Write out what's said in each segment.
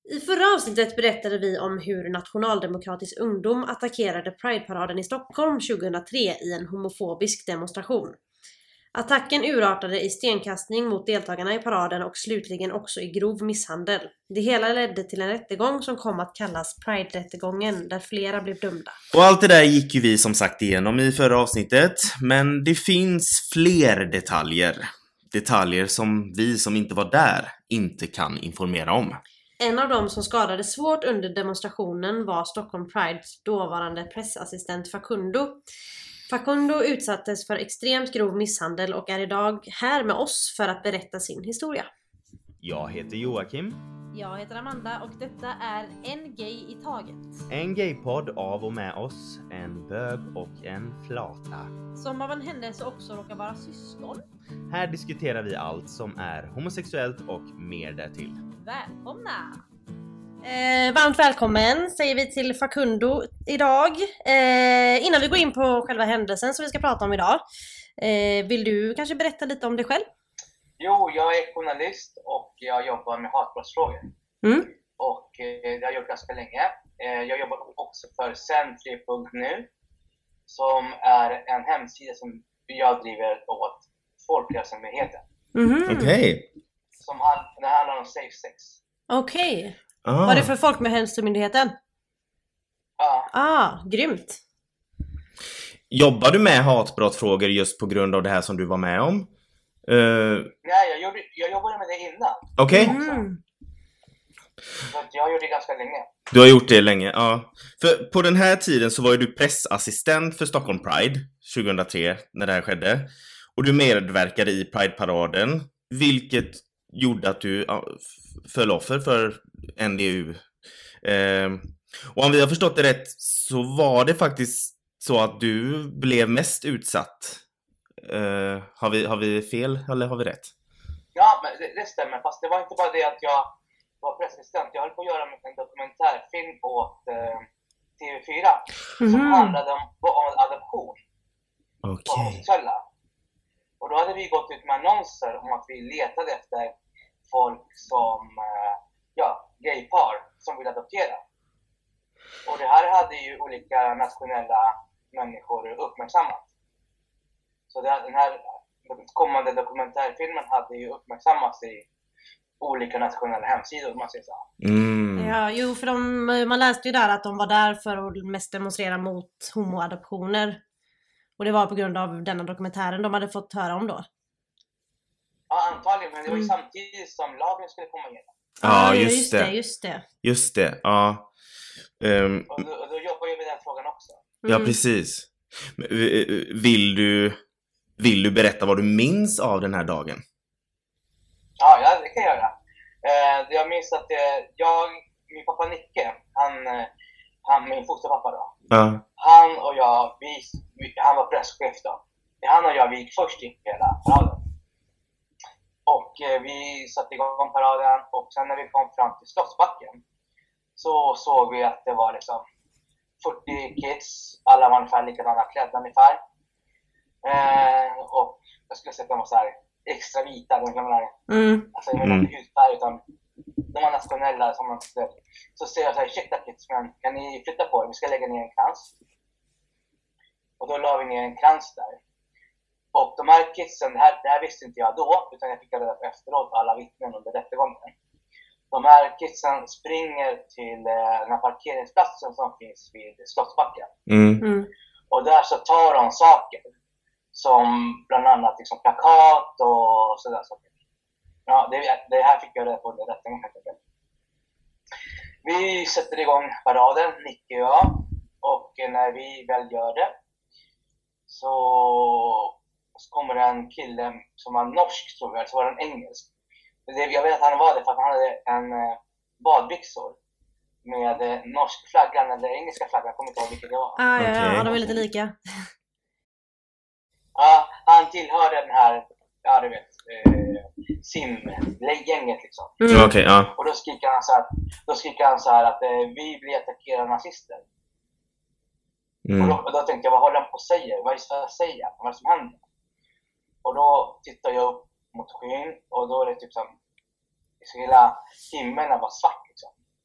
I förra avsnittet berättade vi om hur nationaldemokratisk ungdom attackerade Pride-paraden i Stockholm 2003 i en homofobisk demonstration. Attacken urartade i stenkastning mot deltagarna i paraden och slutligen också i grov misshandel. Det hela ledde till en rättegång som kom att kallas Pride-rättegången, där flera blev dömda. Och allt det där gick ju vi som sagt igenom i förra avsnittet, men det finns fler detaljer. Detaljer som vi som inte var där inte kan informera om. En av dem som skadades svårt under demonstrationen var Stockholm Prides dåvarande pressassistent Facundo. Facundo utsattes för extremt grov misshandel och är idag här med oss för att berätta sin historia. Jag heter Joakim. Jag heter Amanda och detta är En Gay i Taget. En gaypodd av och med oss, en bög och en flata. Som av en händelse också råkar vara syskon. Här diskuterar vi allt som är homosexuellt och mer därtill. Välkomna! Varmt välkommen säger vi till Facundo idag. Innan vi går in på själva händelsen som vi ska prata om idag. Vill du kanske berätta lite om dig själv? Jo, jag är journalist och jag jobbar med hatbrottsfrågor. Och det har jag gjort ganska länge. Jag jobbar också för Sentry.nu som är en hemsida som jag driver åt Folkhälsomyndigheten. Okej. Det handlar om safe sex. Okej. Vad är det för Folkhälsomyndigheten? Ja. Grymt. Jobbar du med hatbrottsfrågor just på grund av det här som du var med om? Nej, jag jobbade med det innan. Okej. Så jag har gjort det ganska länge. Du har gjort det länge, ja. För på den här tiden så var ju du pressassistent för Stockholm Pride 2003 när det här skedde. Och du medverkade i Pride-paraden, vilket gjorde att du föll offer för NDU. Och om vi har förstått det rätt så var det faktiskt så att du blev mest utsatt. Har vi fel eller har vi rätt? Ja, men det stämmer. Fast det var inte bara det att jag var pressassistent. Jag höll på att göra en dokumentärfilm åt TV4 som handlade om adoption. Okej. Och då hade vi gått ut med annonser om att vi letade efter folk som, gaypar som vill adoptera. Och det här hade ju olika nationella människor uppmärksammat. Så den här kommande dokumentärfilmen hade ju uppmärksammats i olika nationella hemsidor, om man säger så. Ja, jo, för man läste ju där att de var där för att mest demonstrera mot homoadoptioner. Och det var på grund av denna dokumentären de hade fått höra om då. Ja, antagligen, men det var ju samtidigt som lagen skulle komma igenom. Ja, just det. Ja. Och då jobbar jag med den frågan också. Ja, precis. Vill du berätta vad du minns av den här dagen? Ja, det kan jag göra. Jag minns att min pappa Nicke, han min fosterpappa då. Han och jag, han var presschef då. Han och jag, vi gick först in hela paraden. Och vi satte igång paraden och sen när vi kom fram till Slottsbacken så såg vi att det var liksom 40 kids, alla var ungefär likadana klädda ungefär. Och jag skulle säga att de var så här extra vita, de kan vara alltså de var inte hudfärg utan de var nationella som man skulle. Så säger jag så här, ursäkta kids, men kan ni flytta på er, vi ska lägga ner en krans. Och då la vi ner en krans där. Och de här kidsen, det här visste inte jag då, utan jag fick reda på efteråt alla vittnen under rättegången. De här kidsen springer till den här parkeringsplatsen som finns vid Slottsbacken. Och där så tar de saker. Som bland annat liksom plakat och sådär saker. Ja, det här fick jag reda på under rättegången. Vi sätter igång paraden, Nicke och jag. Och när vi väl gör det så kommer en kille som var norsk, tror jag, så var den engelsk. Jag vet att han var det för att han hade en badbyxor med norsk flaggan eller engelska flaggan, jag kommer inte ihåg vilket det var. Ja, de är lite lika. Ja, han tillhörde den här, ja du vet, simgänget liksom. Okej, ja. Och då skriker han så här att vi blir attackerade nazister. Och då tänkte jag, vad håller han på att säga? Vad är det jag säger? Vad är det som händer? Och då tittar jag upp mot skyn och då är det typ som hela himlen var svart liksom.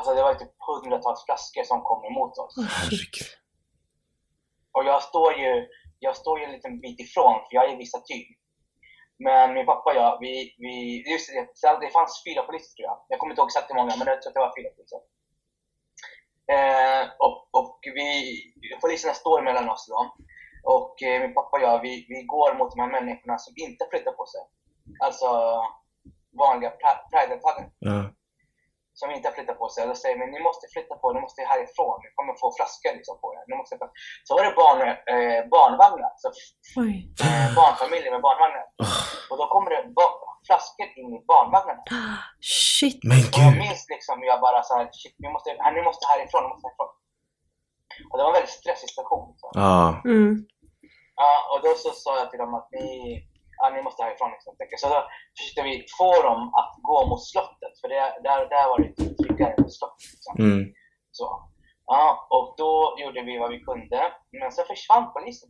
Alltså det var typ 100-tals flaskor som kom emot oss. Herregud. Och jag står ju en liten bit ifrån, för jag är vissa tyg. Men min pappa och jag, just det fanns 4 poliser tror jag. Jag kommer inte ihåg exakt hur många, men jag tror att det var 4 poliser. Och poliserna står mellan oss då. Och min pappa och jag, vi går mot de här människorna som inte flyttar på sig. Alltså vanliga Pride-deltagare. Ja. Som inte har flyttat på sig. Då säger vi, ni måste flytta på er, ni måste härifrån. Ni kommer få flaskor liksom på er. Så var det barnvagnar. Så, barnfamiljer med barnvagnar. Och då kommer det flaskor in i barnvagnarna. Shit. Men och jag gud. minns liksom, jag bara så här, shit, ni måste härifrån. Och det var en väldigt stressig situation. Så. Ja. Ja, och då så sa jag till dem att ni måste härifrån. Liksom. Så då försökte vi få dem att gå mot slottet. För där var det tryggare mot slottet. Liksom. Så. Ja, och då gjorde vi vad vi kunde. Men så försvann polisen.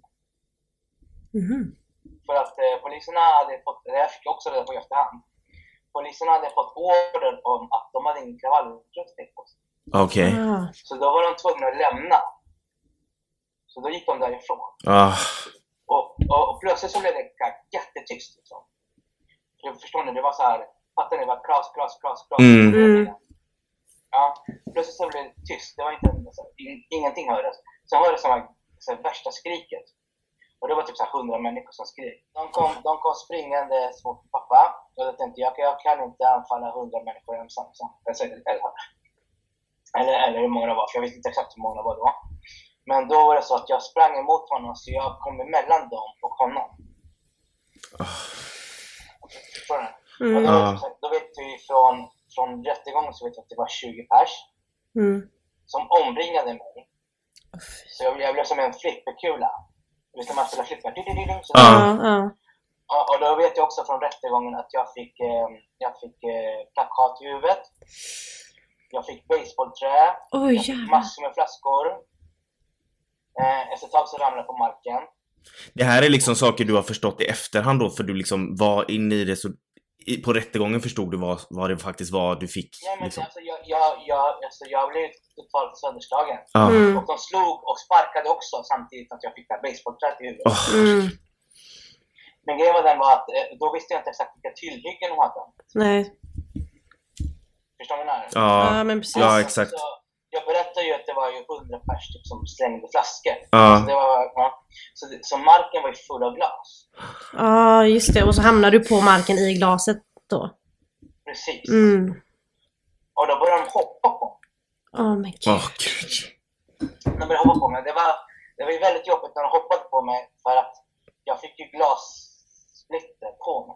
För att poliserna hade fått, jag fick också reda på i efterhand. Poliserna hade fått order om att de hade ingen kravallrustning på sig. Okej. Så då var de tvungna att lämna. Så då gick de därifrån. Och plötsligt så blev det jättetyst liksom. För förstår ni, det var så här, fattar ni, det var kras. Ja, plötsligt så blev det tyst. Det var inte, alltså, ingenting hördes. Sen var det så värsta skriket. Och det var typ så 100 människor som skrek. De kom springande mot pappa. Och jag tänkte, jag kan inte anfalla 100 människor ensam. Eller hur många det var, för jag vet inte exakt hur många det var då. Men då var det så att jag sprang emot honom, så jag kom emellan dem och honom. Förstår du? Och då vet vi från rättegången, så vet vi att det var 20 pers som omringade mig. Så jag blev som en flipperkula. Visst när man spelar flipper? Och då vet jag också från rättegången att jag fick plakat i huvudet. Jag fick baseballträ. Jag fick massor med flaskor. Efter ett tag så ramlade på marken. Det här är liksom saker du har förstått i efterhand då, för du liksom var inne i det, så på rättegången förstod du vad det faktiskt var du fick. Ja, men liksom. jag blev totalt sönderslagen. Och de slog och sparkade också samtidigt att jag fick det här baseballträet i huvudet. Men grejen var att då visste jag inte exakt vilka tillhyggen de hade. Nej. Förstår ni när? Ja, men precis. Ja, exakt. Så jag berättade ju att det var ju 100 pers typ, som slängde flaskor. Så, det var, så marken var ju full av glas. Ja, just det. Och så hamnade du på marken i glaset då. Precis. Och då började de hoppa på. Men gud. Gud. De började hoppa på mig. Det var ju väldigt jobbigt när de hoppade på mig, för att jag fick ju glassplitter på mig.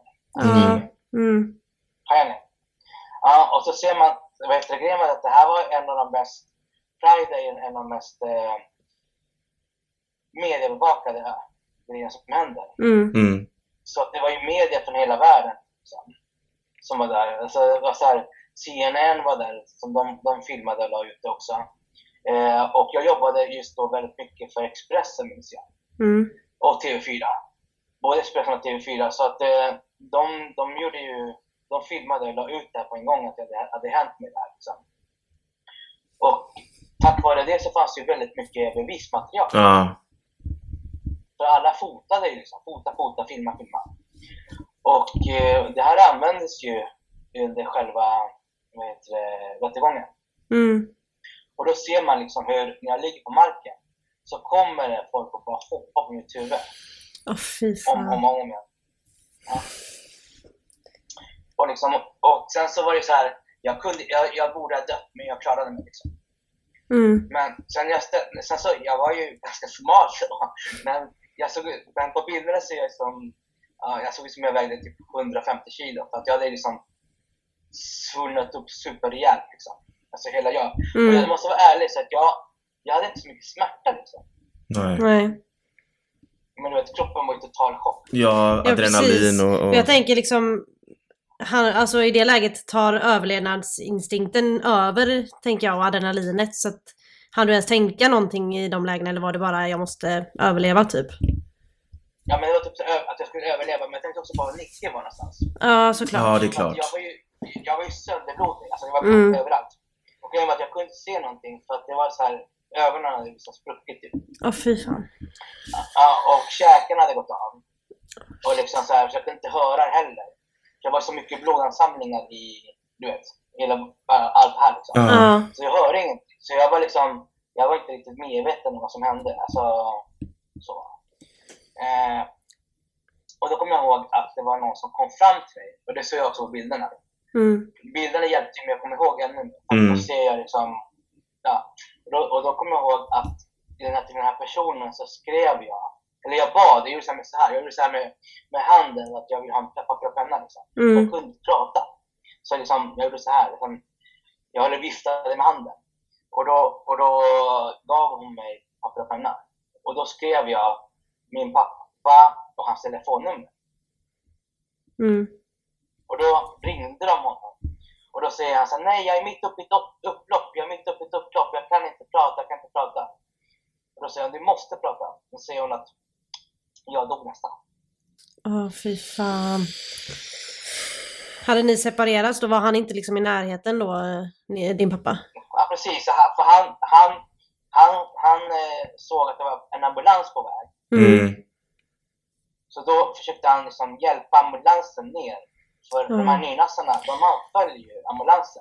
Har jag nu? Ja, och så ser man, grejen var att det här var en av de mest, Pride är en av de mest mediebevakade grejer som händer. Så det var ju media från hela världen som var där. Alltså, det var så här, CNN var där, som de filmade och la ut det också. Och jag jobbade just då väldigt mycket för Expressen, minns jag. Och TV4. Både Expressen och TV4. Så att de filmade och la ut det här på en gång, att det hade hänt med det här. Liksom. Och tack vare det så fanns det ju väldigt mycket bevismaterial. För alla fotade ju liksom. Fota, filma. Och det här användes ju under själva rättegången. Och då ser man liksom hur, när jag ligger på marken, så kommer det folk att bara hoppa på mitt huvud. Fy fan. Om igen. Ja. Och sen så var det så här, jag borde ha dött, men jag klarade mig liksom. Men sen så, jag var ju ganska smal då, men på bilderna ser jag jag såg ut som jag vägde typ 150 kilo, för att jag hade liksom svullnat upp superrejält liksom. Alltså hela jag. Och jag måste vara ärlig, så att jag hade inte så mycket smärta liksom. Nej. Men du vet, kroppen var ju total chock. Ja, adrenalin och... Jag tänker liksom, alltså i det läget tar överlevnadsinstinkten över, tänker jag, och adrenalinet. Så att, hann du ens tänka någonting i de lägena, eller var det bara jag måste överleva typ? Ja, men det var typ så att jag skulle överleva, men jag tänkte också på var Nicke var någonstans. Ja, såklart. Ja, det är klart. Jag var ju sönderblodig, alltså det var blod överallt. Och grejen var att jag kunde inte se någonting för att det var så här, ögonen hade liksom spruckit typ. Fy fan. Ja, och käken hade gått av. Och liksom så här, så jag kunde inte höra heller. Det var så mycket blodansamlingar i, du vet, hela, allt här liksom. Så jag hörde ingenting. Så jag var liksom, jag var inte riktigt medveten om vad som hände. Alltså, så. Och då kommer jag ihåg att det var någon som kom fram till mig. Och det såg jag också på bilderna. Bilderna hjälpte mig att komma ihåg ännu mer. Då ser jag liksom, ja. Och då kommer jag ihåg att till den här personen så skrev jag, eller jag bad, jag gjorde så här, jag gjorde så här med handen, att jag ville ha en papper och penna liksom. Jag kunde inte prata. Så liksom, jag gjorde så här, liksom, jag höll viftade med handen. Och då gav hon mig papper och penna. Och då skrev jag min pappa och hans telefonnummer. Och då ringde de honom. Och då säger han så här, nej, jag är mitt uppe i ett upplopp. Jag kan inte prata. Och då säger han, du måste prata. Då säger hon att jag dog nästan. Fy fan. Hade ni separerats, då var han inte liksom i närheten då, din pappa? Ja, precis. För han såg att det var en ambulans på väg. Så då försökte han liksom hjälpa ambulansen ner. För de här nynassarna, de anföll ju ambulansen.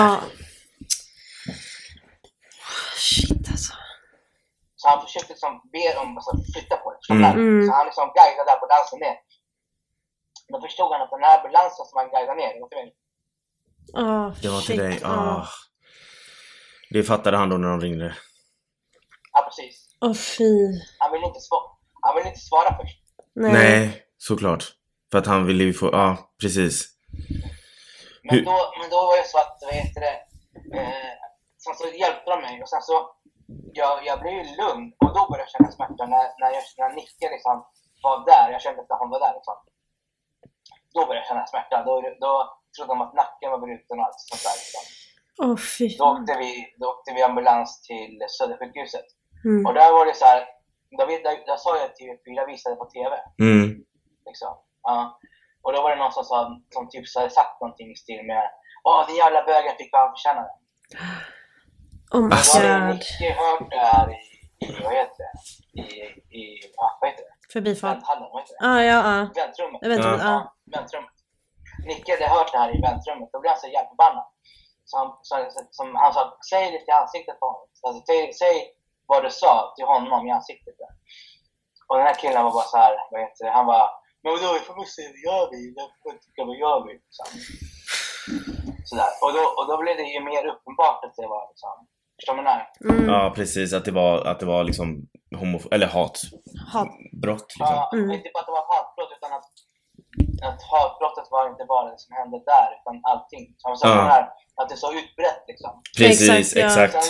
Shit alltså. Så han försökte liksom be dem att flytta på det. Så han liksom guidade ambulansen ner. Då förstod han att den här ambulansen som han guidade ner, det var till mig. Det var till dig. Det fattade han då när de ringde. Ja, precis. Fy. Han ville inte svara först. Nej, såklart. För att han ville ju få, precis. Men då var det så att, sen så hjälpte de mig. Och sen så, jag blev ju lugn. Och då började jag känna smärta när Nicke liksom var där. Jag kände att hon var där liksom. Då började jag känna smärta. Då trodde de att nacken var bruten och allt sånt där liksom. Fy. Då åkte vi ambulans till Södersjukhuset. Och där var det så här, där sa jag att TV4 visade på TV. Liksom. Ja. Och då var det någon som typ så hade sagt någonting i stil med, den jävla bögen fick vad han förtjänade. Oh my god. Då hade Nicke hört det här i vad heter det? Förbifart. Vänthallen, vad heter det? Väntrummet. Väntrummet. Nicke hade hört det här i väntrummet. Då blev han så jävla förbannad. Så han sa, säg det till ansiktet på honom. Alltså, säg vad du sa till honom i ansiktet där. Och den här killen var bara så här, vad heter det? Han var, men då får vi se, vad gör vi? Sådär. Och då blev det ju mer uppenbart att det var liksom, förstår man här? Ja, precis, att det var liksom eller hatbrott liksom. Ja, inte bara att det var hatbrott, utan att hatbrottet var inte bara det som hände där, utan allting. Som så här, att det är så utbrett liksom. Precis, exakt.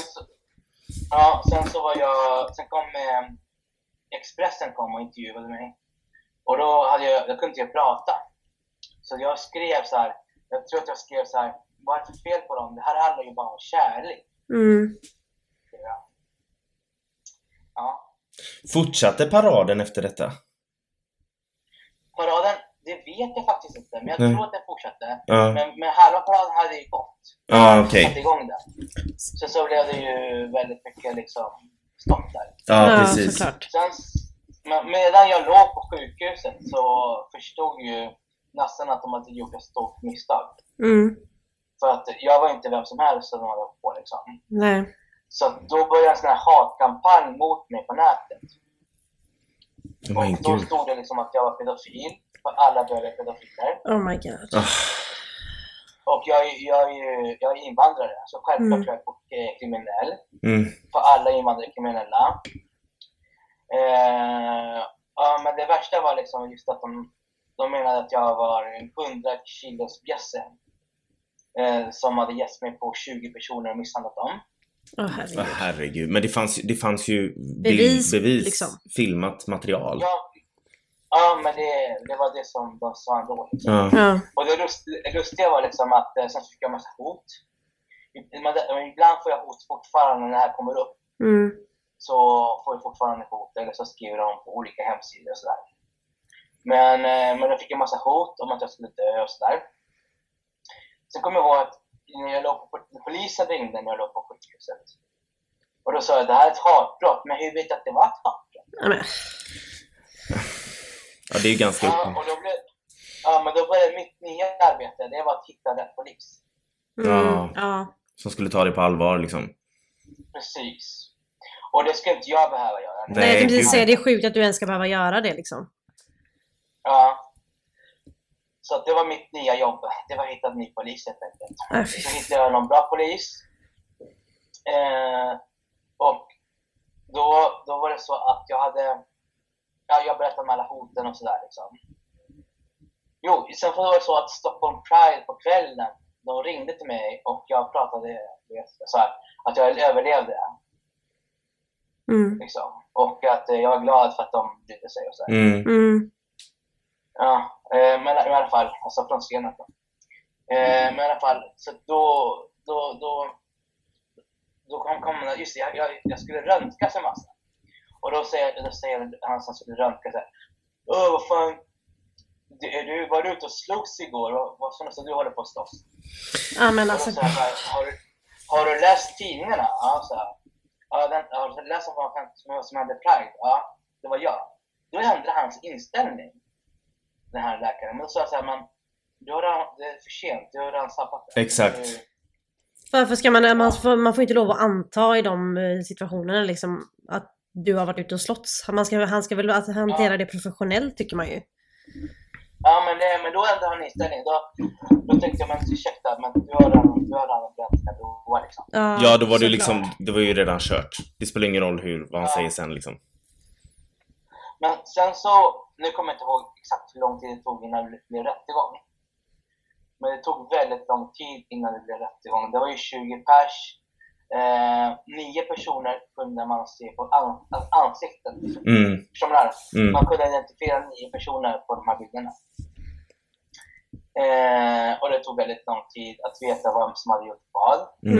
Sen kom Expressen och intervjuade mig. Och då jag kunde inte prata. Så jag skrev så här, jag tror att jag skrev så här, vad är det för fel på dem? Det här handlar ju bara om kärlek. Ja. Fortsatte paraden efter detta? Paraden, det vet jag faktiskt inte. Men jag tror att den fortsatte. Men halva paraden hade ju gått. Okej. Satt igång där. Så blev det ju väldigt mycket liksom stopp där. Ja, precis. Såklart. Sen, medan jag låg på sjukhuset så förstod ju nästan att de hade gjort ett stort misstag. För att jag var inte vem som helst som de hade på liksom. Nej. Så då började en sån här hatkampanj mot mig på nätet. Och då stod det liksom att jag var pedofil. För alla började pedofiler. Oh my god. Och jag är invandrare. Så självklart jag är kriminell. För alla invandrare är kriminella. Men det värsta var liksom just att de menade att jag var en 100 kilos bjässe. Som hade gett mig på 20 personer och misshandlat dem. Herregud. Men det fanns ju bevis liksom. Filmat material. Ja, men det var det som de sa ändå. Liksom. Och det lustiga var liksom att sen fick jag en massa hot. Ibland får jag hot fortfarande när det här kommer upp. Så får jag fortfarande hot, eller så skriver de på olika hemsidor och sådär. Men jag fick en massa hot om att jag skulle dö och sådär. Sen kommer jag ihåg att när jag låg på polisen ringde när jag låg på sjukhuset. Och då sa jag, det här är ett hatbrott. Men hur vet jag att det var ett hatbrott? Ja, det är ju ganska men då var det mitt nya arbete. Det var att hitta rätt polis. Ja. Som skulle ta det på allvar liksom. Precis. Och det ska inte jag behöva göra. Nej, jag tänkte säga, det är sjukt att du ens ska behöva göra det liksom. Ja. Så det var mitt nya jobb. Det var att hitta en ny polis helt enkelt. Så hittade jag någon bra polis. Och då var det så att jag berättade om alla hoten och sådär liksom. Jo, sen var det så att Stockholm Pride på kvällen, de ringde till mig och jag pratade så här, att jag överlevde. Liksom. Och att jag var glad för att de brydde sig och så här. Ja, men i alla fall, alltså från scenen. Men i alla fall, så då kom just det, jag skulle röntga sig massa. Och då säger han som skulle röntga så här, vad fan, du var ute och slogs igår, vad sådana som du håller på att slåss. Ja, men alltså... Så här, har du läst tidningarna? Ja, så här. Har du läst om vad som hände Pride? Ja, det var jag. Då ändrade hans inställning, den här läkaren. Men då sa jag så här, det är för sent, du har redan sabbat det. Exakt. Varför ska man får inte lov att anta i de situationerna liksom att du har varit ute och slåss. Han ska väl hantera det professionellt, tycker man ju. Ja, men då ändrade han inställning. Då tänkte jag, men ursäkta, men du har redan bränt när du var liksom. Ja, då var det liksom, det var ju redan kört. Det spelar ingen roll vad han säger sen liksom. Men sen så, nu kommer jag inte ihåg exakt hur lång tid det tog innan det blev rättegång. Men det tog väldigt lång tid innan det blev rättegång. Det var ju 20 pers. 9 personer kunde man se på ansiktet. Man kunde identifiera 9 personer på de här bilderna. Och det tog väldigt lång tid att veta vem som hade gjort vad.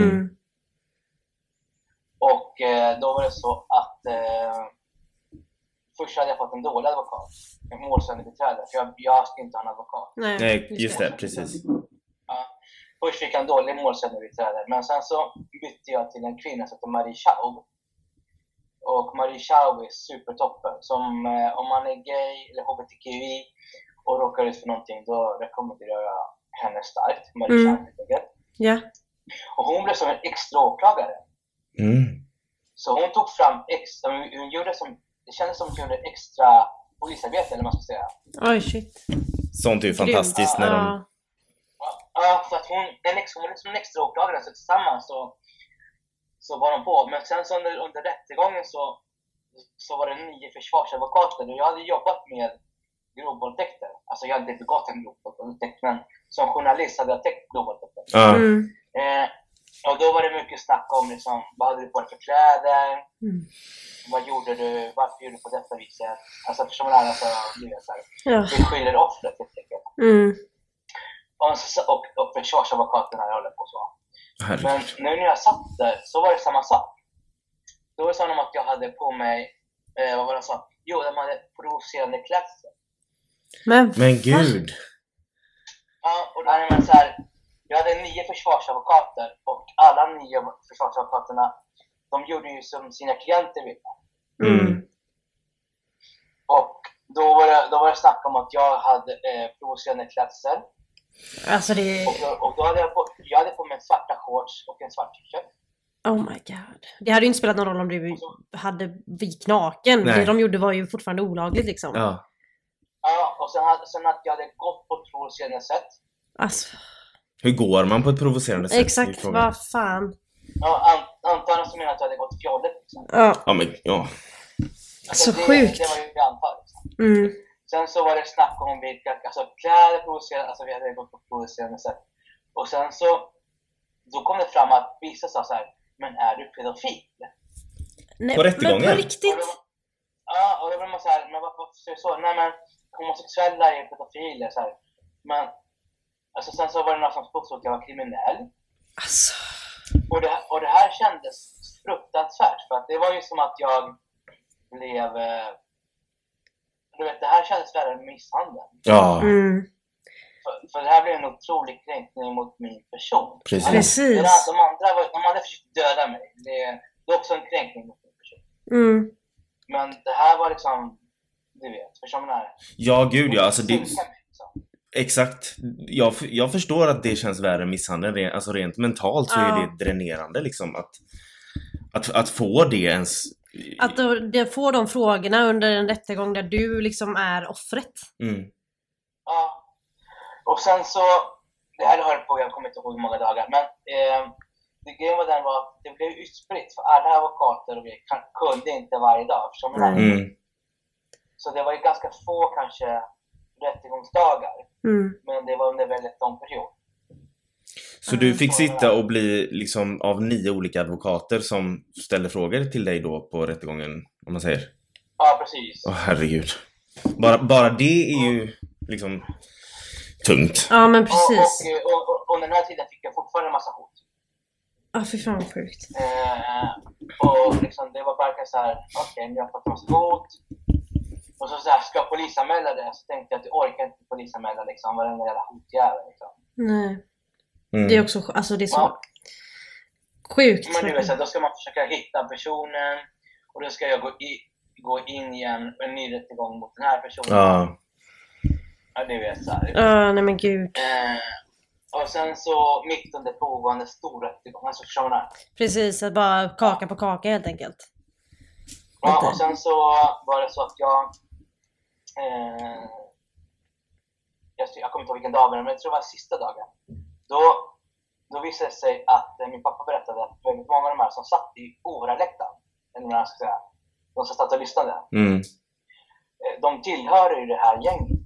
Och då var det så att först hade jag fått en dålig advokat, en målsägandebiträde, för jag skulle inte ha en advokat. Nej, just det, precis. Ja. Först fick jag en dålig målsägandebiträde, men sen så bytte jag till en kvinna som heter Marie Schaub. Och Marie Schaub är supertoppen. Som om man är gay eller hbtqi och råkar ut för någonting, då rekommenderar jag henne starkt. Marie Schaub. Ja. Och hon blev som en extra åklagare. Så hon tog fram hon gjorde det kändes som att hon gjorde extra polisarbete, eller man ska säga. Oj, shit. Sånt är ju fantastiskt när de... Ja, för att hon är liksom en extra åklagare, så tillsammans så var de på. Men sen så under rättegången så var det 9 försvarsadvokater. Och jag hade jobbat med grovvåldtäkter. Alltså jag hade inte begått en grovvåldtäkt, men som journalist hade jag täckt grovvåldtäkter. Och då var det mycket snack om liksom, vad hade du på dig för kläder? Vad gjorde du? Varför gjorde du på detta viset? Alltså eftersom man alltså vi skyller offret helt enkelt. Och försvarsadvokaterna håller på så. Men nu när jag satt där så var det samma sak. Då var det så att jag hade på mig, vad var det så? Jo, de hade provocerande klädsel. Men gud! Ja, och där är man så här, jag hade 9 försvarsadvokater och alla 9 försvarsadvokaterna, de gjorde ju som sina klienter ville. Och då var det snack om att jag hade provocerande klädsel. Alltså det... och då hade jag hade på mig svarta shorts och en svart t-shirt. Oh my god. Det hade ju inte spelat någon roll om du hade vik naken. Nej. Det de gjorde var ju fortfarande olagligt liksom. Ja, och sen att jag hade gått på ett provocerande sätt. Alltså. Hur går man på ett provocerande sätt? Exakt, vad fan. Ja, antagligen så menar att jag hade gått fjollet liksom. Ja, men ja. Så Alltså, sjukt. Det var ju antal liksom. Sen så var det snack om vilka kläder provocerade, alltså vi hade gått på provocerande sätt. Och sen så då kom det fram att vissa sa så här, men är du pedofil? Nej, på rättegången? Men på riktigt? Och då var man så här, men varför säger så? Nej, men homosexuella är pedofiler så här. Men alltså sen så var det någon som påstod att jag var kriminell. Alltså. Och det här kändes fruktansvärt, för att det var ju som att jag blev du vet, det här kändes värre än misshandel. Ja. för det här blev en otrolig kränkning mot min person. Precis. De hade försökt döda mig. Det är också en kränkning mot min person. Men det här var liksom, du vet, förstår man här? Ja, gud ja, alltså det... Exakt. Jag förstår att det känns värre än misshandel. Alltså rent mentalt så är det dränerande liksom att få det ens... Att det får de frågorna under en rättegång där du liksom är offret. Ja. Och sen så, det här höll på, jag kommer inte ihåg hur många dagar, men grejen var den att det blev utspritt för alla advokater och vi kunde inte varje dag, förstår man? Så det var ju ganska få kanske rättegångsdagar, men det var under väldigt lång period. Så du fick sitta och bli liksom av 9 olika advokater som ställde frågor till dig då på rättegången, om man säger? Ja, precis. Herregud. Bara det är ju liksom tungt. Ja, men precis. Och den här tiden fick jag fortfarande en massa hot. Ja, fy fan vad sjukt. Och liksom, det var bara så här, okej, jag har fått en massa hot. Och så här, ska jag polisanmäla det? Så tänkte jag att jag orkar inte polisanmäla liksom, varenda jävla hotjävel liksom. Nej. Det är också, alltså det är så sjukt. Men du vet, så då ska man försöka hitta personen. Och då ska jag gå in i en ny rättegång mot den här personen. Ja, du vet så här. Nej men gud. Och sen så mitt under pågående stor rättegång. Alltså förstår man. Precis, att bara kaka på kaka helt enkelt. Ja, och sen så var det så att jag kommer inte ihåg vilken dag, men jag tror det var sista dagen. Då visade det sig att min pappa berättade att väldigt många av de här som satt i Åhörarläktaren, eller vad jag ska säga, de som satt och lyssnade, de tillhör ju det här gänget.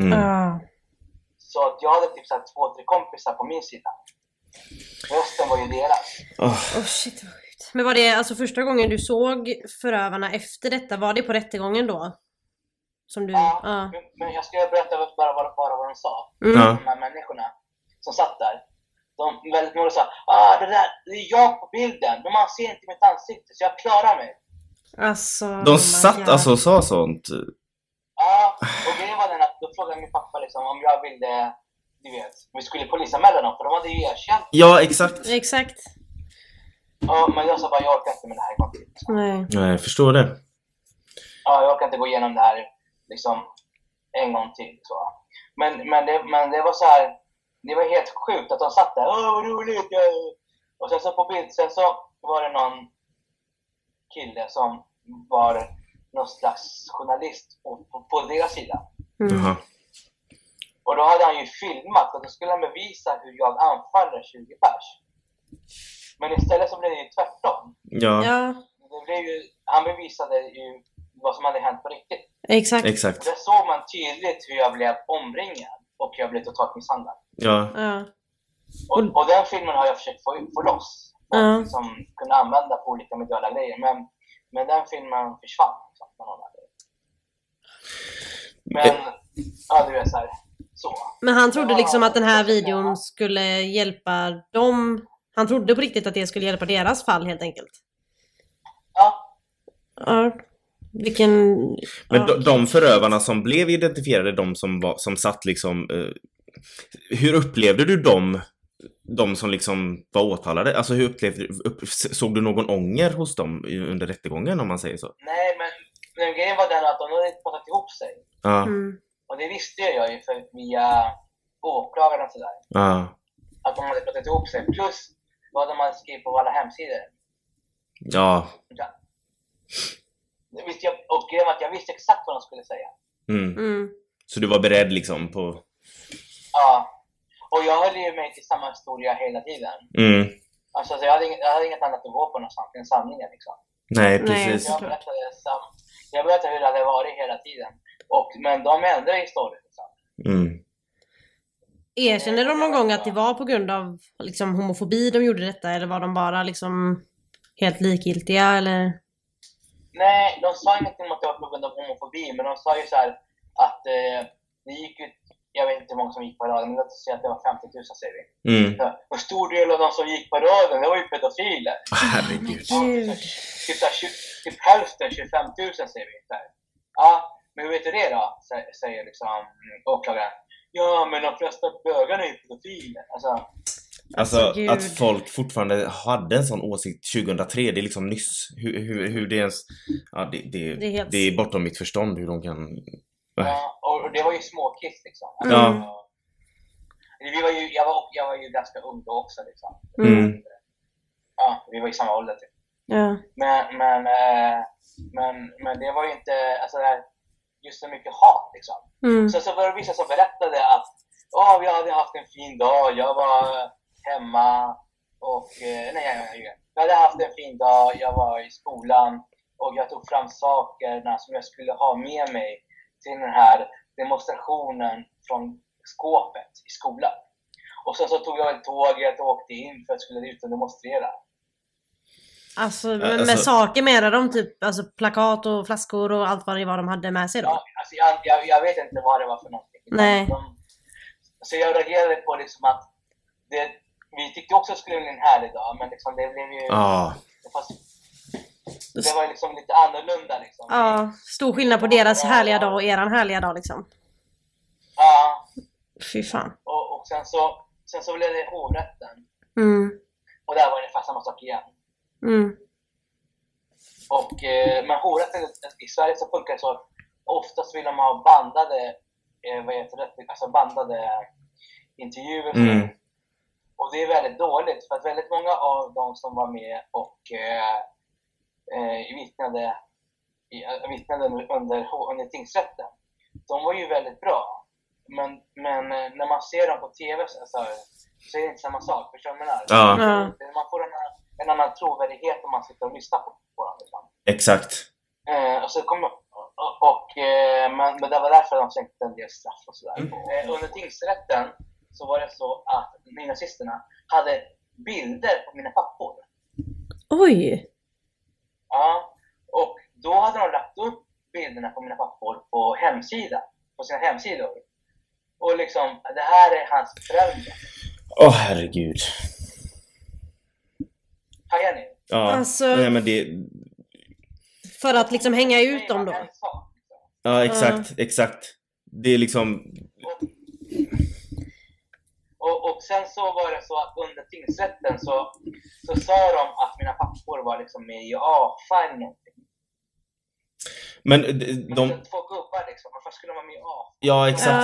Så att jag hade typ 2-3 kompisar på min sida. Resten var ju deras. Shit vad sjukt. Men var det alltså första gången du såg förövarna efter detta? Var det på rättegången då? Som du... Men jag ska berätta bara vad de sa. De här människorna som satt där. De väldigt många sa, det är jag på bilden. De ser inte mitt ansikte, så jag klarar mig. Alltså, de satt alltså och sa sånt? Ja, och grejen var den att då frågade min pappa liksom, om jag ville, du vet, vi skulle polisanmäla dem, för de hade ju erkänt. Ja, exakt. Ja, men jag sa bara, jag orkar inte med det här en gång till. Nej, jag förstår det. Ja, jag orkar inte gå igenom det här liksom en gång till. Så. Men det var så här, det var helt sjukt att de satt där. Vad roligt! Och sen så på bild, sen så var det någon kille som var någon slags journalist på deras sida. Och då hade han ju filmat och då skulle han bevisa hur jag anfaller 20 pers. Men istället så blev det ju tvärtom. Det blev ju, han bevisade ju vad som hade hänt på riktigt. Exakt. Och där såg man tydligt hur jag blev omringad och jag blev totalt misshandlad. Och den filmen har jag försökt få loss. Och liksom kunna använda på olika mediala grejer. Men den filmen försvann. Men, du vet så här. Så. Men han trodde liksom att den här videon skulle hjälpa dem. Han trodde på riktigt att det skulle hjälpa deras fall helt enkelt. Men de förövarna som blev identifierade, de som satt liksom, hur upplevde du de som liksom var åtalade? Alltså hur såg du någon ånger hos dem under rättegången, om man säger så? Nej, men grejen var den att de hade pratat ihop sig. Och det visste jag ju för via åklagaren och sådär. Att de hade pratat ihop sig, plus vad de hade skrivit på alla hemsidor. Det visste jag, och grejen var att jag visste exakt vad de skulle säga. Så du var beredd liksom på... Ja. Och jag höll ju mig till samma historia hela tiden. Alltså jag hade inget annat att gå på någonstans än sanningen liksom. Nej, precis. Jag berättade hur det hade varit hela tiden. Men de ändrade historien liksom. Erkände de någon gång att det var på grund av liksom homofobi de gjorde detta? Eller var de bara liksom helt likgiltiga eller? Nej, de sa ingenting om att det var på grund av homofobi. Men de sa ju så här att det gick ut, jag vet inte hur många som gick på raden, men låt oss säga att det var 50 000 säger vi. Och stor del av de som gick på raden, det var ju pedofiler. Herregud. Typ hälften, 25 000 säger vi. Ja, men hur vet du det då? Säger liksom åklagaren. ja men de flesta bögarna är ju pedofiler. Alltså Gud. att folk fortfarande hade en sån åsikt 2003, det är liksom nyss. Hur det ens... Ja, det är bortom mitt förstånd hur de kan... Ja, och det var ju småkiss liksom. Ja. Jag var ju ganska ung då också liksom. Ja, vi var i samma ålder typ. Ja. Men det var ju inte just så mycket hat liksom. Så var det vissa som berättade att vi hade haft en fin dag, jag var hemma och jag hade haft en fin dag, jag var i skolan och jag tog fram sakerna som jag skulle ha med mig till den här demonstrationen från skåpet i skolan. Och sen så tog jag tåget och åkte in för att jag skulle ut och demonstrera. Alltså med saker med dem, typ alltså plakat och flaskor och allt vad det var de hade med sig då? Ja, alltså jag vet inte vad det var för någonting. Nej. Så jag reagerade på liksom att vi tyckte också att det skulle bli en härlig dag, men liksom det blev ju... Det var liksom lite annorlunda liksom. Ja, stor skillnad på deras härliga dag och eran härliga dag liksom. Ja. Fy fan. Och sen så blev det hovrätten. Och där var det fast samma sak igen. Men hovrätten i Sverige så funkar det så att oftast vill de ha bandade bandade intervjuer. Och det är väldigt dåligt för att väldigt många av de som var med och vittnade under tingsrätten, de var ju väldigt bra. Men när man ser dem på tv så är det inte samma sak. Förstår du vad jag menar? Man får en annan trovärdighet om man sitter och lyssnar på dem. Liksom. Exakt. Men det var därför de sänkte en del straff och sådär. Under tingsrätten så var det så att nynazisterna hade bilder på mina pappor. Oj! Ja, och då hade de lagt upp bilderna på mina pappor på sina hemsidor. Och liksom, det här är hans föräldrar. Herregud. Hajar ni? Ja, alltså, nej, men det... För att liksom hänga ut dem då? Ja, exakt. Det är liksom... Och sen så var det så att under tingsrätten så sa de att mina pappor var liksom med i AFA eller någonting. Men två gubbar liksom, varför skulle de vara med i AFA? Ja, exakt.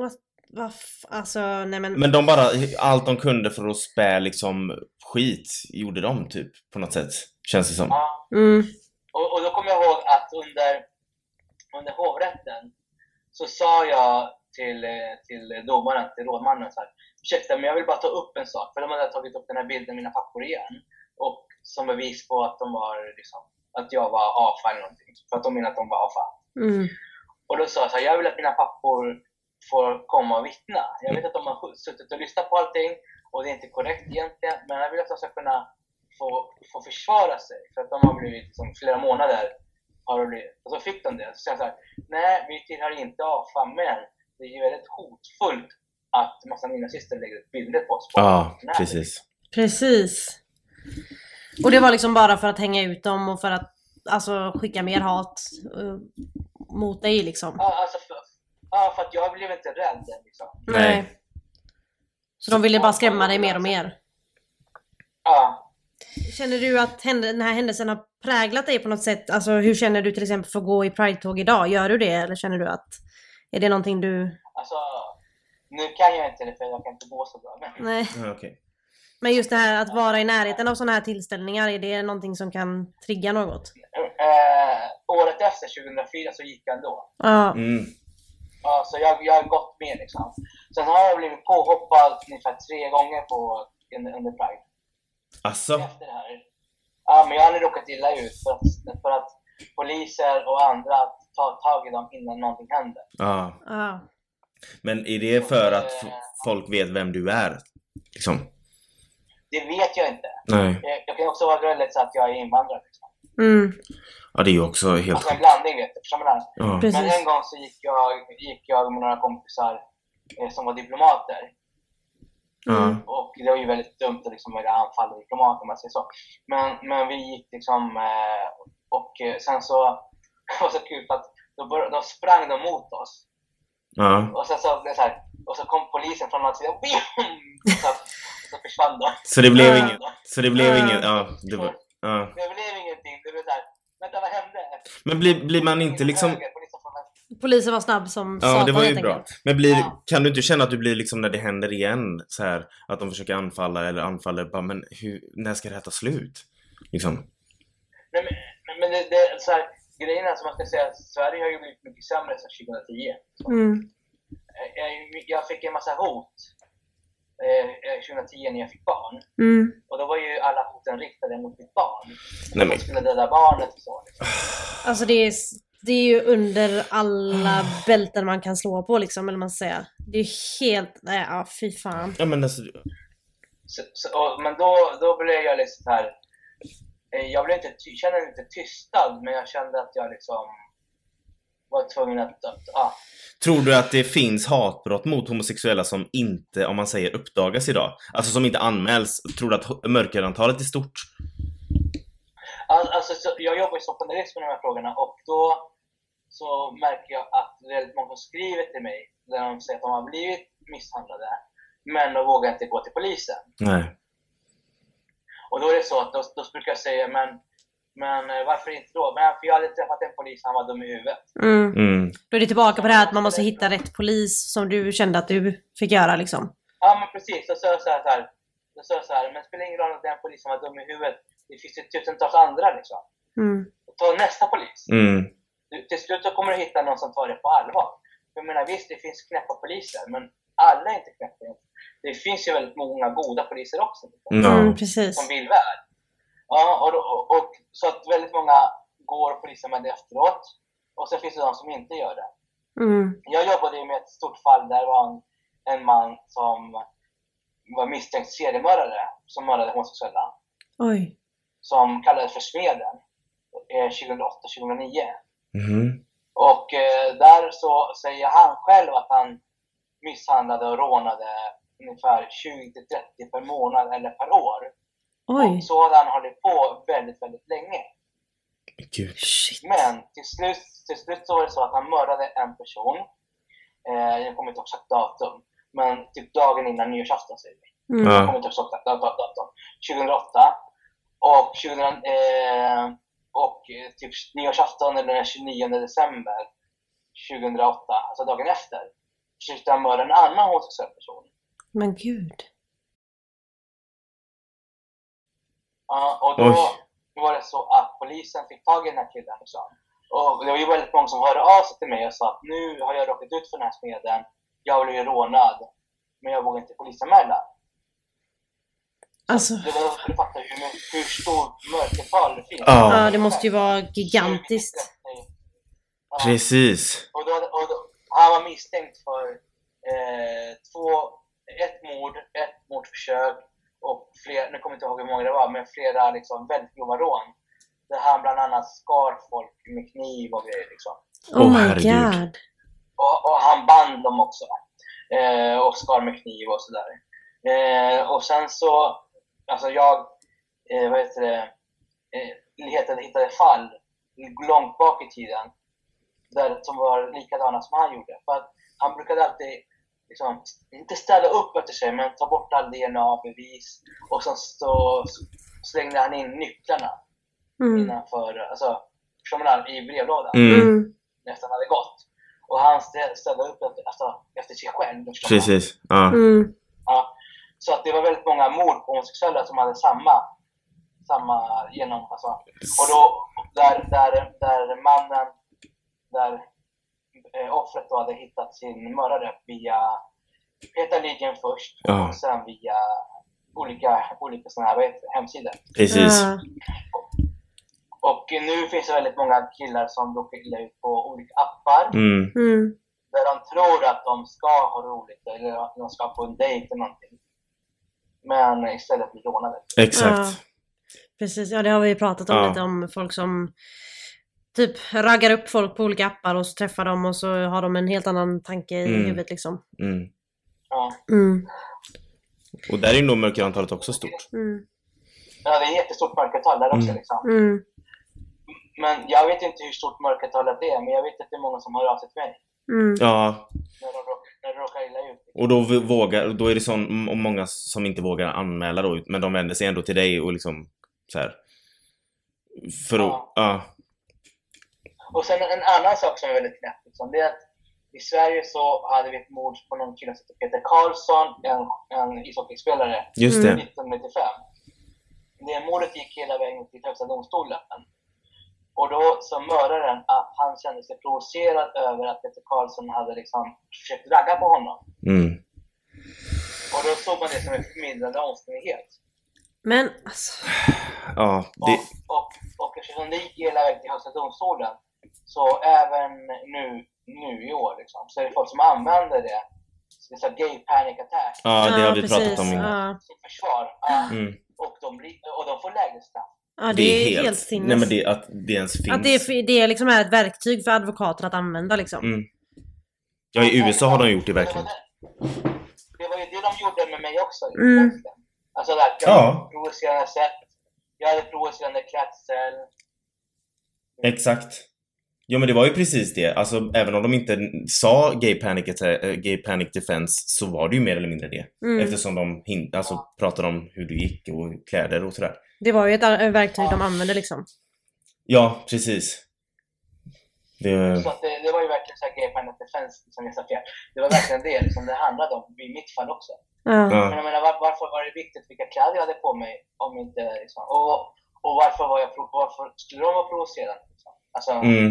Men de bara, allt de kunde för att spä liksom skit gjorde de typ på något sätt, känns det som. Ja. Och då kommer jag ihåg att under hovrätten så sa jag till domaren, till rådmannen så här: ursäkta, men jag vill bara ta upp en sak, för de hade tagit upp den här bilden av mina pappor igen och som bevis på att de var liksom, att jag var AFA eller någonting, för att de menade att de var AFA. Och då sa jag så här: jag vill att mina pappor får komma och vittna. Jag vet att de har suttit och lyssnat på allting och det är inte korrekt egentligen, men jag vill att de ska kunna få försvara sig, för att de har blivit liksom, flera månader och så fick de det. Så jag sa: nej, vi tillhör inte AFA, men det är ju väldigt hotfullt att massa nynazister lägger ut bilder på oss. Ja, precis. Och det var liksom bara för att hänga ut dem och för att skicka mer hat mot dig liksom? Ja, för att jag blev inte rädd liksom. Nej. Så de ville bara skrämma dig mer och mer? Ja. Känner du att den här händelsen har präglat dig på något sätt? Alltså hur känner du till exempel för att gå i Pride-tåg idag? Gör du det? Eller känner du att... Är det någonting du... Alltså, nu kan jag inte det för jag kan inte gå så bra. Men... Nej. Okay. Men just det här att vara i närheten av sådana här tillställningar, är det någonting som kan trigga något? Året efter, 2004, så gick jag ändå. Ja. Ja, så jag har gått med liksom. Sen har jag blivit påhoppad ungefär 3 gånger under Pride. Asså? Efter det här. Ja, men jag har aldrig råkat illa ut för att poliser och andra tar tag i dem innan någonting händer. Ja. Men är det för att folk vet vem du är? Liksom? Det vet jag inte. Nej. Jag kan också vara väldigt så att jag är invandrare. Liksom. Ja, det är ju också helt... Alltså en blandning, vet du. Ja. Men en gång så gick jag med några kompisar som var diplomater. Och det var ju väldigt dumt att liksom anfalla diplomater, om man säger så. Men vi gick liksom och sen så var det så kul att då sprang de mot oss. Och sen så blev det så här: Och så kom polisen från någon sida. Så försvann de. Så det blev inget. Så det blev inget. Ja, det var. Ja. Det blev ingenting. Det blev så här. Vänta, vad hände? Men blir man inte liksom... Polisen var snabb som ja, satan, det var ju bra. enkelt. Men kan du inte känna att du blir liksom när det händer igen så här att de försöker anfalla eller anfaller bara, men när ska det här ta slut? Liksom. Nej, men det så här, grejen är som man ska säga, Sverige har ju blivit mycket sämre sedan 2010. Jag fick en massa hot 2010 när jag fick barn. Och då var ju alla hoten riktade mot mitt barn. Nej, men... skulle döda barnet och så. Liksom. Alltså det är ju under alla bälten man kan slå på liksom, eller man säger. Det är helt, nej, ja, fy fan. Ja, men alltså... men då blev jag liksom så här. Jag blev kände inte tystad, men jag kände att jag liksom var tvungen att Tror du att det finns hatbrott mot homosexuella som inte, om man säger, uppdagas idag? Alltså som inte anmäls? Tror du att mörkerantalet är stort? Alltså, jag jobbar som journalist med de här frågorna, och då så märker jag att väldigt många skriver till mig där de säger att de har blivit misshandlade, men de vågar inte gå till polisen. Nej. Och då är det så att då brukar jag säga, men varför inte då? Men för jag hade träffat en polis, han var dum i huvudet. Då är det tillbaka på det här att man måste hitta rätt polis som du kände att du fick göra liksom. Ja, men precis. Då sa jag så här, men det spelar ingen roll att den polisen var dum i huvudet. Det finns ju tusentals andra liksom. Ta nästa polis. Till slut så kommer du hitta någon som tar det på allvar. Jag menar, visst, det finns knäppa poliser, men alla är inte knäppa. Det finns ju väldigt många goda poliser också. Precis. Som vill väl. Ja, och så att väldigt många går polisen med det efteråt. Och sen finns det de som inte gör det. Jag jobbade med ett stort fall där var en man som var misstänkt seriemördare som mördade homosexuella. Oj. Som kallades för Smeden 2008-2009. Och där så säger han själv att han misshandlade och rånade ungefär 20-30 per månad eller per år. Oj. Och så hade han hållit på väldigt, väldigt länge. Gud. Men till slut så var det så att han mördade en person. Jag kommer inte ihåg exakt datum. Men typ dagen innan nyårsafton säger vi. Jag kommer inte ihåg exakt datum. 2008. Och typ nyårsafton eller den 29 december 2008, alltså dagen efter, försökte han mörda en annan homosexuell person. Men gud. Ja, och då var det så att polisen fick tag i den här killen liksom. Och det var ju väldigt många som hörde av sig till mig och sa att nu har jag råkat ut för den här smeden. Jag blev ju rånad, men jag vågar inte polisanmäla. Alltså... Det var för att fatta hur stor mörkertal det finns. Ja, det måste ju vara gigantiskt. Ja. Precis. Och han var misstänkt för ett mordförsök och flera, nu kommer jag inte ihåg hur många det var, men flera liksom väldigt grova rån. Där han bland annat skar folk med kniv och grejer liksom. Oh my god. Och han band dem också. Och skar med kniv och sådär. Och sen så, alltså jag hittade fall långt bak i tiden där som var likadana som han gjorde. För att han brukade alltid liksom, inte ställa upp efter sig, men ta bort all DNA-bevis. Och sen så slängde han in nycklarna innanför, alltså i brevlådan efter han hade gått. Och han ställde upp efter sig själv. Precis, ja. Så att det var väldigt många mord på homosexuella som hade samma genom, alltså. Och då där mannen, där offret då hade hittat sin mördare via Petalligen först och sen via olika såna här hemsidor. Precis. Och nu finns det väldigt många killar som då skickar ut på olika appar där de tror att de ska ha roligt eller att de ska på en dejt eller någonting. Men istället blir rånade. Exakt. Ja, precis, ja det har vi pratat om lite om folk som typ raggar upp folk på olika appar och så träffar dem och så har de en helt annan tanke i huvudet liksom. Och där är nog mörkerantalet också stort. Ja, det är jättestort mörkertal där också liksom. Men jag vet inte hur stort mörkertalet är, men jag vet att det är många som hör av sig till mig. Ja. när det råkar illa ut. Och då är det sån, och många som inte vågar anmäla då, men de vänder sig ändå till dig och liksom så här. För att, ja. Och sen en annan sak som är väldigt knäpp liksom, det är att i Sverige så hade vi ett mord på någon kille som heter Peter Karlsson, en ishockeyspelare. Just det. 1995. Det mordet gick hela vägen till högsta domstolen. Och då så mördaren att han kände sig provocerad över att Peter Karlsson hade liksom försökt ragga på honom. Och då såg man det som en förmildrande omständighet. Men alltså... Ja, det... och eftersom det gick hela vägen till högsta domstolen, så även nu i år liksom, så är det folk som använder det. Det är så gay panic attack. Ja, det har vi pratat om innan. Som försvar. Och de får lägre straff. Ja, det är helt sinnes. Nej, men att det ens finns. Att det är liksom ett verktyg för advokater att använda liksom. Ja, i USA har de gjort det verkligen. Det var ju det de gjorde med mig också. Alltså där, provocerande sätt. Jag hade provocerande klädsel. Exakt. Ja, men det var ju precis det. Alltså, även om de inte sa gay panic defense, så var det ju mer eller mindre det. Eftersom de pratade om hur det gick och kläder och sådär. Det var ju ett verktyg de använde liksom. Ja, precis. Så att det var ju verkligen så här gay panic defense som jag sa fel. Det var verkligen det som det handlade om i mitt fall också. Men jag menar, varför var det viktigt vilka kläder jag hade på mig om inte liksom, och varför skulle de vara provocerande liksom? Alltså,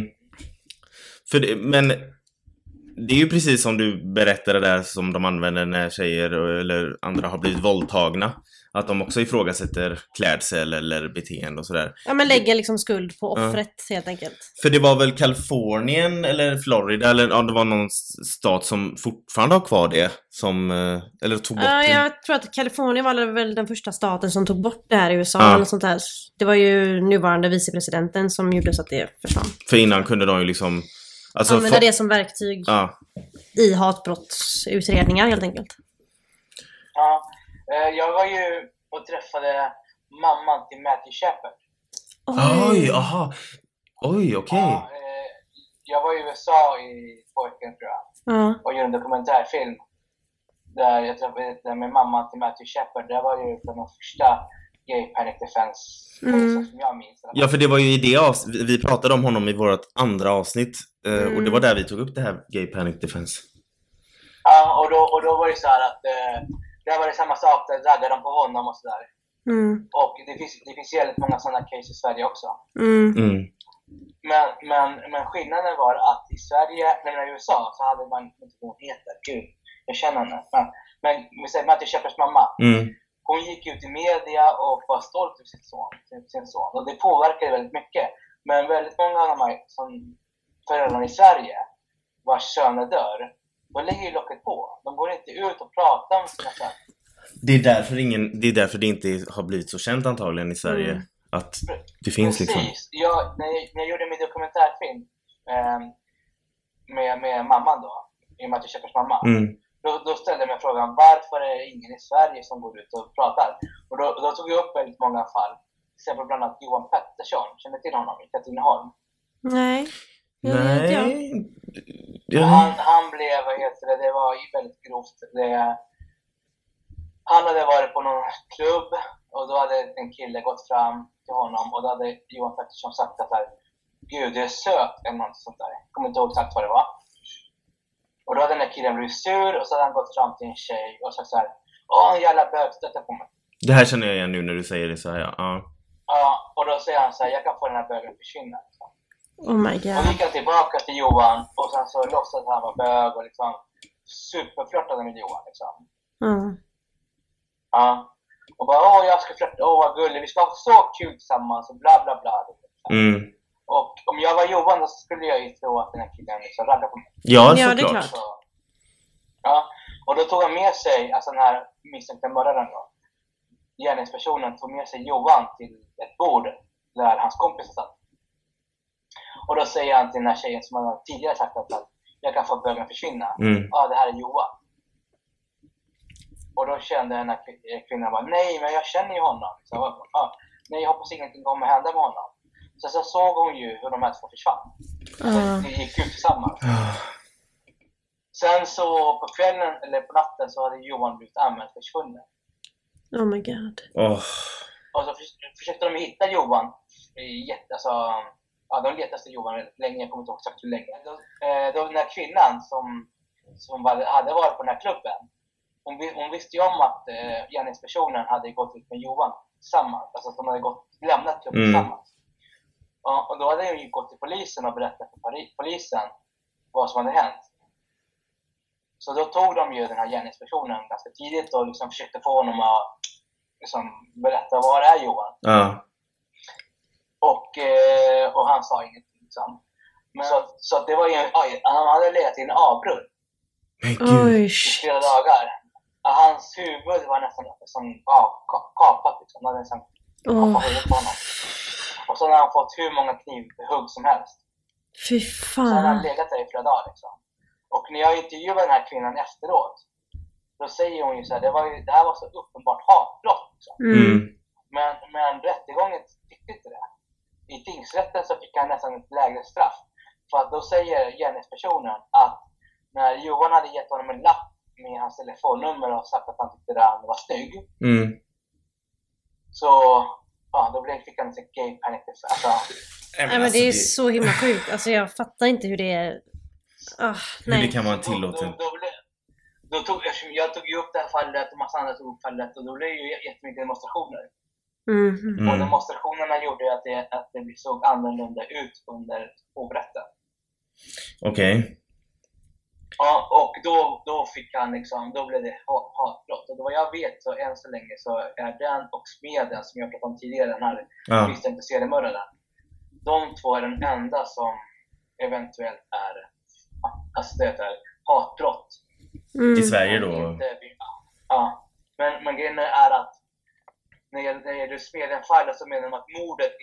men det är ju precis som du berättade där, som de använder när tjejer eller andra har blivit våldtagna. Att de också ifrågasätter klädsel eller beteende och sådär. Ja, men lägger liksom skuld på offret helt enkelt. För det var väl Kalifornien eller Florida eller det var någon stat som fortfarande har kvar det som, eller tog bort det. Jag tror att Kalifornien var väl den första staten som tog bort det här i USA eller sånt där. Det var ju nuvarande vicepresidenten som gjorde så att det försvann. För innan kunde de ju liksom använda det som verktyg i hatbrottsutredningar helt enkelt. Ja. Jag var ju och träffade mamman till Matthew Shepard. Oj, okej. Ja, jag var i USA i 2 veckor tror jag. Och gjorde en dokumentärfilm. Där jag träffade med mamman till Matthew Shepard. Det var ju den första gay panic defense som jag minns. Ja, för det var ju i det vi pratade om honom i vårt andra avsnitt. Och det var där vi tog upp det här gay panic defense. Ja, och då var det så här att där var det samma sak, där raggade de på honom och sådär. Och det finns väldigt många sådana case i Sverige också. Men skillnaden var att i Sverige, eller i USA, så hade man inte någon heter. Gud, jag känner henne. Men vi säger Matthew Shepards mamma. Hon gick ut i media och var stolt över sin son. Och det påverkade väldigt mycket. Men väldigt många av de här föräldrarna i Sverige vars söner dör, de lägger ju locket på. De går inte ut och pratar om sina söner. Det är därför det inte har blivit så känt antagligen i Sverige. Att det finns liksom. Precis. När jag gjorde min dokumentärfilm med mamman då, i Matthew Shepards mamma. Då ställde jag mig frågan, varför är det ingen i Sverige som går ut och pratar? Och då tog jag upp väldigt många fall. Till exempel bland annat Johan Pettersson. Känner till honom i Katrineholm? Nej. Han blev, det var väldigt grovt. Han hade varit på någon klubb och då hade en kille gått fram till honom och då hade Johan Pettersson sagt att här, Gud, det är söt eller något sånt där. Jag kommer inte ihåg exakt vad det var. Och då hade den där killen blivit sur och så hade han gått fram till en tjej och sagt så här: en jävla bög, stötta på mig. Det här känner jag igen nu när du säger det så här, Ja, och då säger han så här: jag kan få den här bögen att försvinna. Oh my god. Och gick han tillbaka till Johan och sen så låtsades han vara bög och liksom superflörtade med Johan liksom. Ja. Och bara, jag ska flörta, vad gullig, vi ska ha så kul tillsammans och bla bla bla. Och om jag var Johan då skulle jag ju tro att den här killen liksom raggade på mig. Ja, såklart. Ja, och då tog han med sig, alltså den här misstänkta mördaren då, gärningspersonen tog med sig Johan till ett bord där hans kompis satt. Och då säger han till den här tjejen som han tidigare sagt att jag kan få bögen försvinna. Ja, det här är Johan. Och då kände den här kvinnan bara, nej, men jag känner ju honom. Så, nej, jag hoppas ingenting kommer hända med honom. Så såg hon ju hur de här två försvann. Det gick ut tillsammans. Sen så på kvällen eller på natten så hade Johan blivit anmäld försvunnen. Oh my god. Och så försökte de hitta Johan. De letade efter Johan länge, jag kommer inte ihåg exakt hur länge. Då den här kvinnan som hade varit på den här klubben. Hon visste ju om att gärningspersonen hade gått ut med Johan tillsammans. Alltså att de hade lämnat klubben tillsammans. Och då hade hon ju gått till polisen och berättat för polisen vad som hade hänt. Så då tog de ju den här gärningspersonen ganska tidigt och liksom försökte få honom att liksom berätta vad det är Johan. Och han sa inget liksom. Men så det var ju han hade legat i en avgrund i flera dagar. Hans huvud var nästan kapat liksom. Han hade nästan kapat huvudet på honom. Och så hade han fått hur många knivhugg som helst. Fy fan. Så han hade legat där i flera dagar liksom. Och när jag intervjuade den här kvinnan efteråt, då säger hon ju så här, det här var så uppenbart hatbrott liksom. Men rättegången tyckte inte det. I tingsrätten så fick han nästan ett lägre straff. För att då säger gärningspersonen att när Johan hade gett honom en lapp med hans telefonnummer och sagt att han tyckte att han var snygg. Så då fick han en gay panic. Alltså, nej men det är så himla sjukt. Alltså jag fattar inte hur det är. Hur det kan vara tillåten. Jag tog ju upp det här fallet och massa andra tog upp fallet och då blev det ju jättemycket demonstrationer. Och demonstrationerna gjorde att det såg annorlunda ut under hovrätten. Okej. Ja, och då fick han liksom, då blev det hatbrott. Och vad jag vet så än så länge så är den och Smeden som jag pratade om tidigare, den här misstänkta seriemördaren. De två är den enda som eventuellt är hatbrott. I Sverige då? Ja, men grejen är att när det gäller Smeden-fallet så menar de att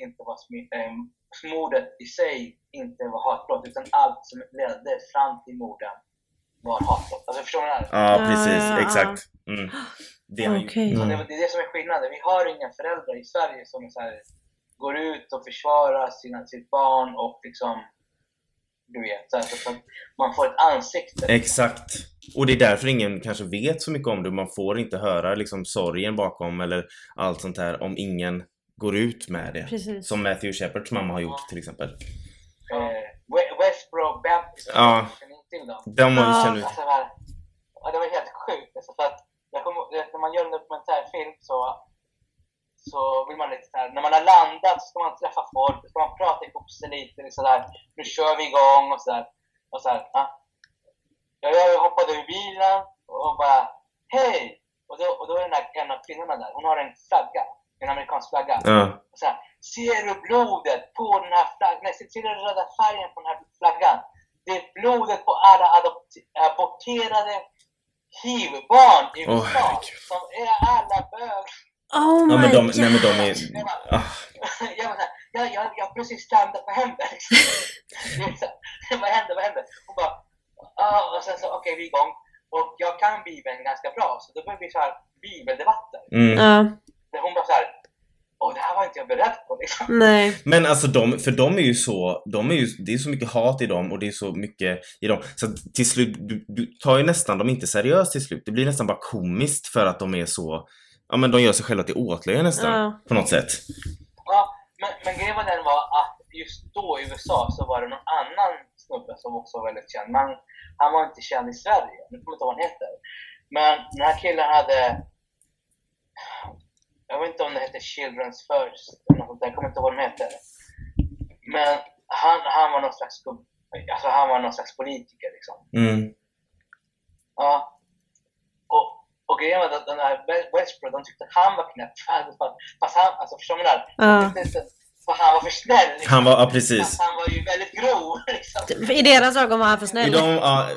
mordet i sig inte var hatbrott, utan allt som ledde fram till morden var hatbrott. Alltså förstår ni det här? Ja, precis. Exakt. Det är det som är skillnaden. Vi har inga föräldrar i Sverige som så här, går ut och försvarar sitt barn och liksom, du vet, så att man får ett ansikte. Exakt. Och det är därför ingen kanske vet så mycket om det. Man får inte höra liksom sorgen bakom eller allt sånt här om ingen går ut med det. Precis. Som Matthew Shepards mamma har gjort till exempel. Westboro Baptist. Ja. De har känner ut. Det var helt sjukt. För att när man gör en dokumentärfilm så vill man lite så här, när man har landat så ska man träffa folk, så ska man prata ihop sig lite så där. Nu kör vi igång och så där. Och så här, jag hoppade ur bilen och bara hej! Och då är den här en av kvinnorna där. Hon har en flagga, en amerikansk flagga. Och så här, ser du blodet på den här flaggan? Nej, ser du den röda färgen på den här flaggan? Det är blodet på alla aborterade HIV-barn i USA som är alla bög. Oh my God. Jag precis landat på händer. Vad hände? Hon bara, och sen så okej, vi är igång. Och jag kan Bibeln ganska bra, så då börjar vi så här bibeldebatter. Där hon bara så här, det här var inte jag beredd på liksom. Nej. Men alltså det är så mycket hat i dem och det är så mycket i dem. Så till slut, du tar ju nästan dem inte seriöst till slut. Det blir nästan bara komiskt för att de är så, men de gör sig själva till åtlöje nästan på något sätt. Ja, men grejen var att just då i USA så var det någon annan snubbe som också var väldigt känd. Men han var inte känd i Sverige, nu kommer jag inte ihåg vad han heter. Men den här killen hade, jag vet inte om det heter Children's First eller något sånt där, jag kommer inte ihåg vad de heter. Men han var någon slags politiker liksom. Ja. Och grejen var att den här Westboro, de tyckte att han var knäpp. Fast han, alltså förstår man där? För han var för snäll liksom. Han var, precis. Fast han var ju väldigt grov liksom. I deras ögon var han för snäll. Ja.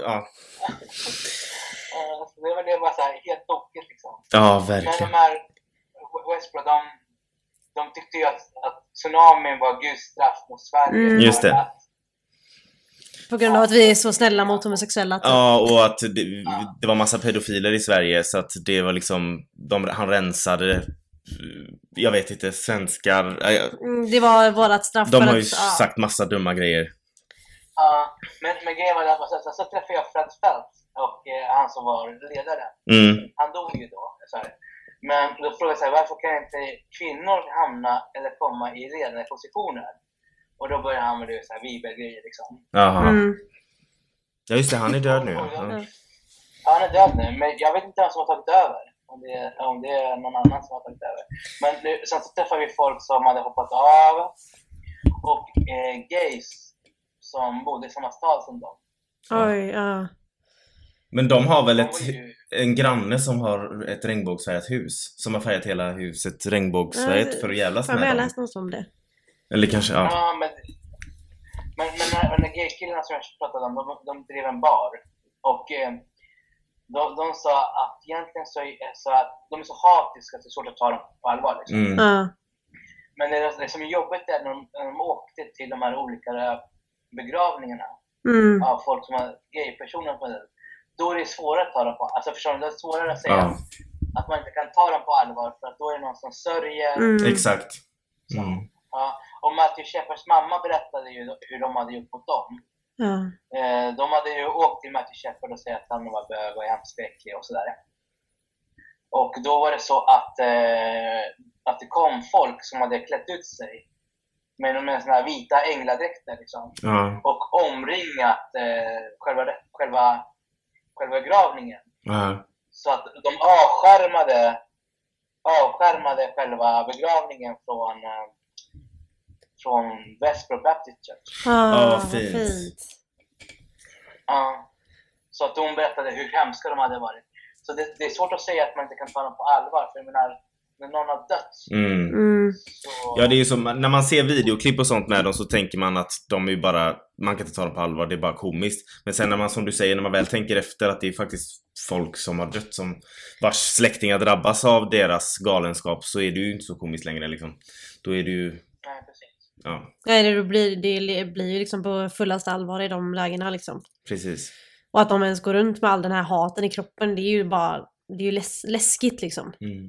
Det var så här helt tokigt liksom. Ja, verkligen. Men de här Westboro, de tyckte ju att tsunamin var Guds straff mot Sverige. Just det. På grund av att vi är så snälla mot homosexuella. Typ. Ja, och att det var massa pedofiler i Sverige, så att det var liksom, han rensade, jag vet inte, svenskar. Det var vårat straff. De har ju sagt massa dumma grejer. Men grejen var att så träffade jag Fred Felt och han som var ledare. Han dog ju då. Så här. Men då frågade jag så här, varför kan inte kvinnor hamna eller komma i ledande positioner? Och då började han med det så här bibelgrejer liksom. Jaha. Ja just det, han är död nu. Ja, han är död nu, men jag vet inte vem som har tagit över. Om det är någon annan som har tagit över. Men sen så träffade vi folk som hade hoppat av. Och gays som bodde i samma stad som dem. Oj, ja. Men de har väl en granne som har ett regnbågsfärgat hus. Som har färgat hela huset regnbågsfärgat för att jävlas med dem. Jag läste något om det. Eller kanske, ja. Men när gaykillarna som jag pratade om, de drev en bar. Och de sa att egentligen så att de är så hatiska att det är svårt att ta dem på allvar. Liksom. Men det som är jobbigt är när de åkte till de här olika begravningarna av folk som har gaypersoner på det. Då är det svårare att ta dem på. Alltså förstår du, det är svårare att säga att man inte kan ta dem på allvar för att då är det någon som sörjer. Exakt. Ja. Och Matthew Shepherds mamma berättade ju hur de hade gjort mot dem. De hade ju åkt till Matthew Shepard och sagt att han var bög och hemskt äcklig och sådär. Och då var det så att det kom folk som hade klätt ut sig med såna här vita ängladräkter liksom. Och omringat själva gravningen. Så att de avskärmade själva begravningen från Westbrook Baptist Church. Fint. Så att de berättade hur hemska de hade varit. Så det är svårt att säga att man inte kan ta dem på allvar. För jag menar, när någon har dött så... Ja, det är ju som när man ser videoklipp och sånt med dem så tänker man att de är ju bara, man kan inte ta dem på allvar, det är bara komiskt. Men sen när man, som du säger, när man väl tänker efter att det är faktiskt folk som har dött som vars släktingar drabbas av deras galenskap, så är det ju inte så komiskt längre liksom. Då är det ju... Nej, precis. Nej, det blir ju liksom på fullaste allvar i de lägena liksom. Precis. Och att de ens går runt med all den här haten i kroppen, det är ju bara, det är ju läskigt liksom.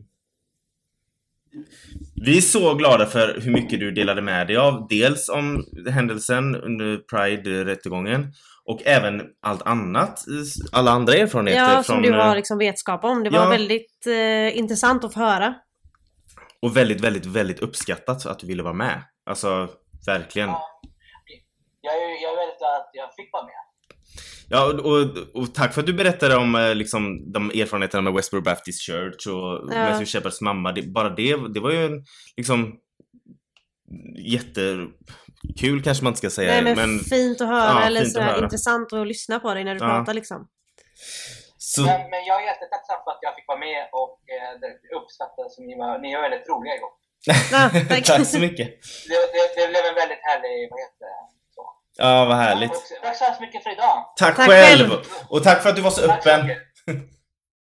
Vi är så glada för hur mycket du delade med dig av. Dels om händelsen under Pride-rättegången och även allt annat, alla andra erfarenheter. Ja, som du har liksom vetskap om. Det var väldigt intressant att få höra. Och väldigt, väldigt, väldigt uppskattat att du ville vara med. Alltså, verkligen. Jag är väldigt glad att jag fick vara med. Ja, och tack för att du berättade om liksom, de erfarenheterna med Westbrook Baptist Church och Matthew Shepards mamma. Det var ju en liksom jättekul kanske man inte ska säga. Nej, men fint att höra, eller fint så att höra. Intressant att lyssna på dig när du pratar liksom. Så... Men jag är jättetacksam för att jag fick vara med och det uppskattades som ni är väldigt roliga ihop. Tack så mycket. Det blev en väldigt härlig, så. Ja, vad härligt. Tack så mycket för idag. Tack själv. Och tack för att du var så öppen.